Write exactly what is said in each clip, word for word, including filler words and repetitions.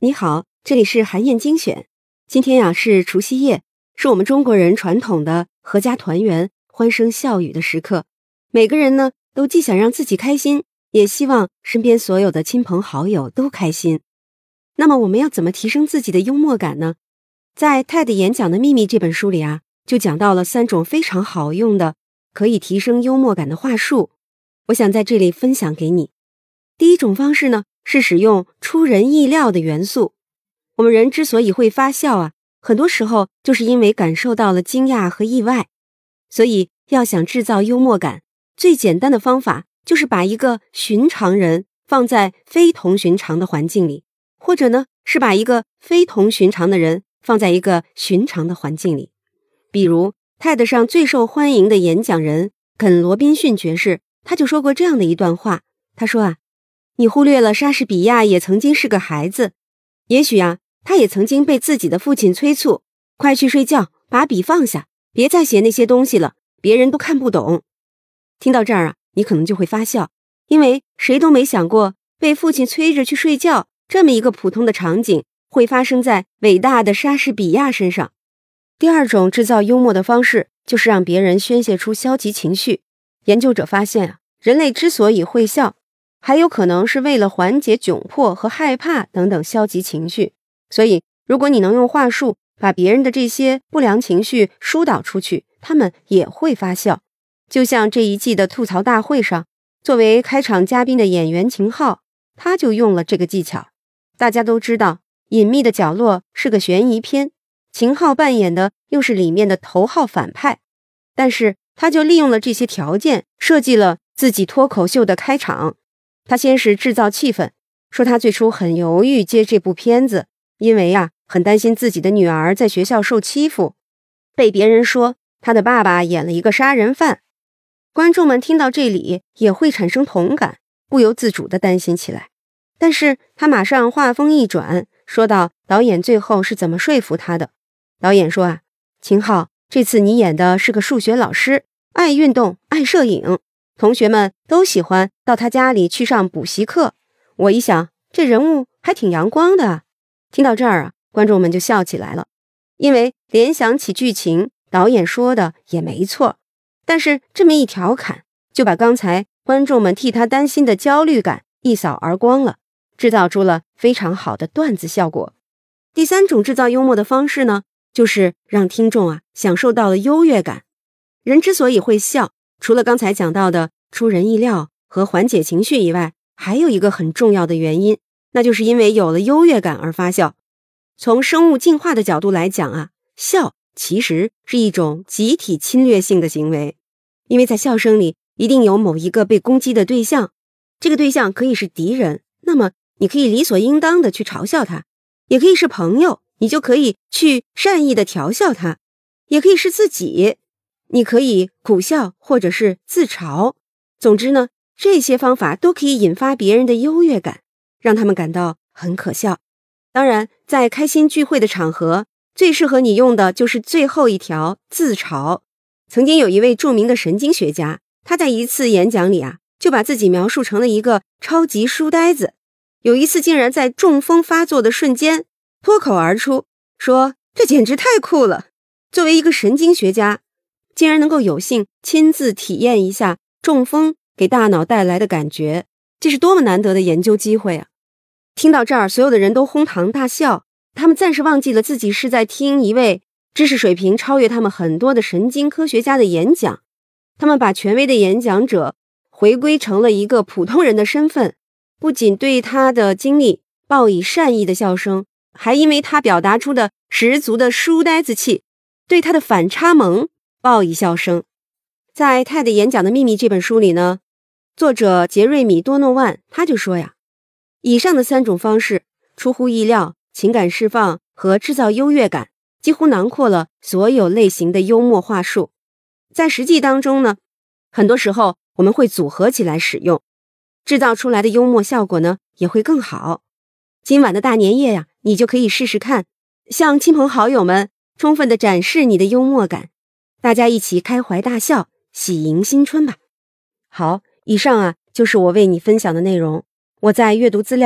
你好，这里是韩燕精选。今天呀、是除夕夜，是我们中国人传统的阖家团圆、欢声笑语的时刻。每个人呢，都既想让自己开心，也希望身边所有的亲朋好友都开心。那么我们要怎么提升自己的幽默感呢？在 T E D 演讲的秘密这本书里啊，就讲到了三种非常好用的可以提升幽默感的话术，我想在这里分享给你。第一种方式呢，是使用出人意料的元素。我们人之所以会发笑啊，很多时候就是因为感受到了惊讶和意外。所以要想制造幽默感，最简单的方法就是把一个寻常人放在非同寻常的环境里，或者呢，是把一个非同寻常的人放在一个寻常的环境里。比如 T E D 上最受欢迎的演讲人肯·罗宾逊爵士，他就说过这样的一段话，他说啊，你忽略了莎士比亚也曾经是个孩子，也许啊，他也曾经被自己的父亲催促，快去睡觉，把笔放下，别再写那些东西了，别人都看不懂。听到这儿啊，你可能就会发笑，因为谁都没想过被父亲催着去睡觉这么一个普通的场景会发生在伟大的莎士比亚身上。第二种制造幽默的方式，就是让别人宣泄出消极情绪。研究者发现啊，人类之所以会笑，还有可能是为了缓解窘迫和害怕等等消极情绪。所以如果你能用话术把别人的这些不良情绪疏导出去，他们也会发笑。就像这一季的吐槽大会上，作为开场嘉宾的演员秦昊，他就用了这个技巧。大家都知道隐秘的角落是个悬疑片，秦昊扮演的又是里面的头号反派，但是他就利用了这些条件，设计了自己脱口秀的开场。他先是制造气氛，说他最初很犹豫接这部片子，因为呀、啊，很担心自己的女儿在学校受欺负，被别人说他的爸爸演了一个杀人犯。观众们听到这里也会产生同感，不由自主地担心起来。但是他马上话锋一转，说到导演最后是怎么说服他的。导演说啊，秦昊，这次你演的是个数学老师，爱运动，爱摄影，同学们都喜欢到他家里去上补习课。我一想，这人物还挺阳光的。听到这儿啊，观众们就笑起来了，因为联想起剧情，导演说的也没错。但是这么一调侃，就把刚才观众们替他担心的焦虑感一扫而光了，制造出了非常好的段子效果。第三种制造幽默的方式呢，就是让听众啊享受到了优越感。人之所以会笑，除了刚才讲到的出人意料和缓解情绪以外，还有一个很重要的原因，那就是因为有了优越感而发笑。从生物进化的角度来讲啊，笑其实是一种集体侵略性的行为，因为在笑声里一定有某一个被攻击的对象，这个对象可以是敌人，那么你可以理所应当的去嘲笑他，也可以是朋友，你就可以去善意的调笑他，也可以是自己，你可以苦笑或者是自嘲。总之呢，这些方法都可以引发别人的优越感，让他们感到很可笑。当然，在开心聚会的场合，最适合你用的就是最后一条，自嘲。曾经有一位著名的神经学家，他在一次演讲里啊，就把自己描述成了一个超级书呆子。有一次竟然在中风发作的瞬间脱口而出，说这简直太酷了。作为一个神经学家，竟然能够有幸亲自体验一下中风给大脑带来的感觉，这是多么难得的研究机会啊！听到这儿，所有的人都哄堂大笑，他们暂时忘记了自己是在听一位知识水平超越他们很多的神经科学家的演讲。他们把权威的演讲者回归成了一个普通人的身份，不仅对他的经历报以善意的笑声，还因为他表达出的十足的书呆子气，对他的反差萌报以笑声。在 T E D 演讲的秘密这本书里呢，作者杰瑞米多诺万他就说呀，以上的三种方式，出乎意料、情感释放和制造优越感，几乎囊括了所有类型的幽默话术。在实际当中呢，很多时候我们会组合起来使用，制造出来的幽默效果呢也会更好。今晚的大年夜呀，你就可以试试看，向亲朋好友们充分地展示你的幽默感，大家一起开怀大笑，喜迎新春吧。好，以上啊就是我为你分享的内容。我在阅读资料里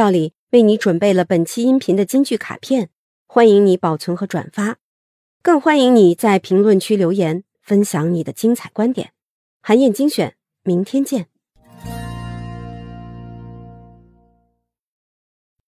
为你准备了本期音频的金句卡片，欢迎你保存和转发，更欢迎你在评论区留言，分享你的精彩观点。韩燕精选，明天见。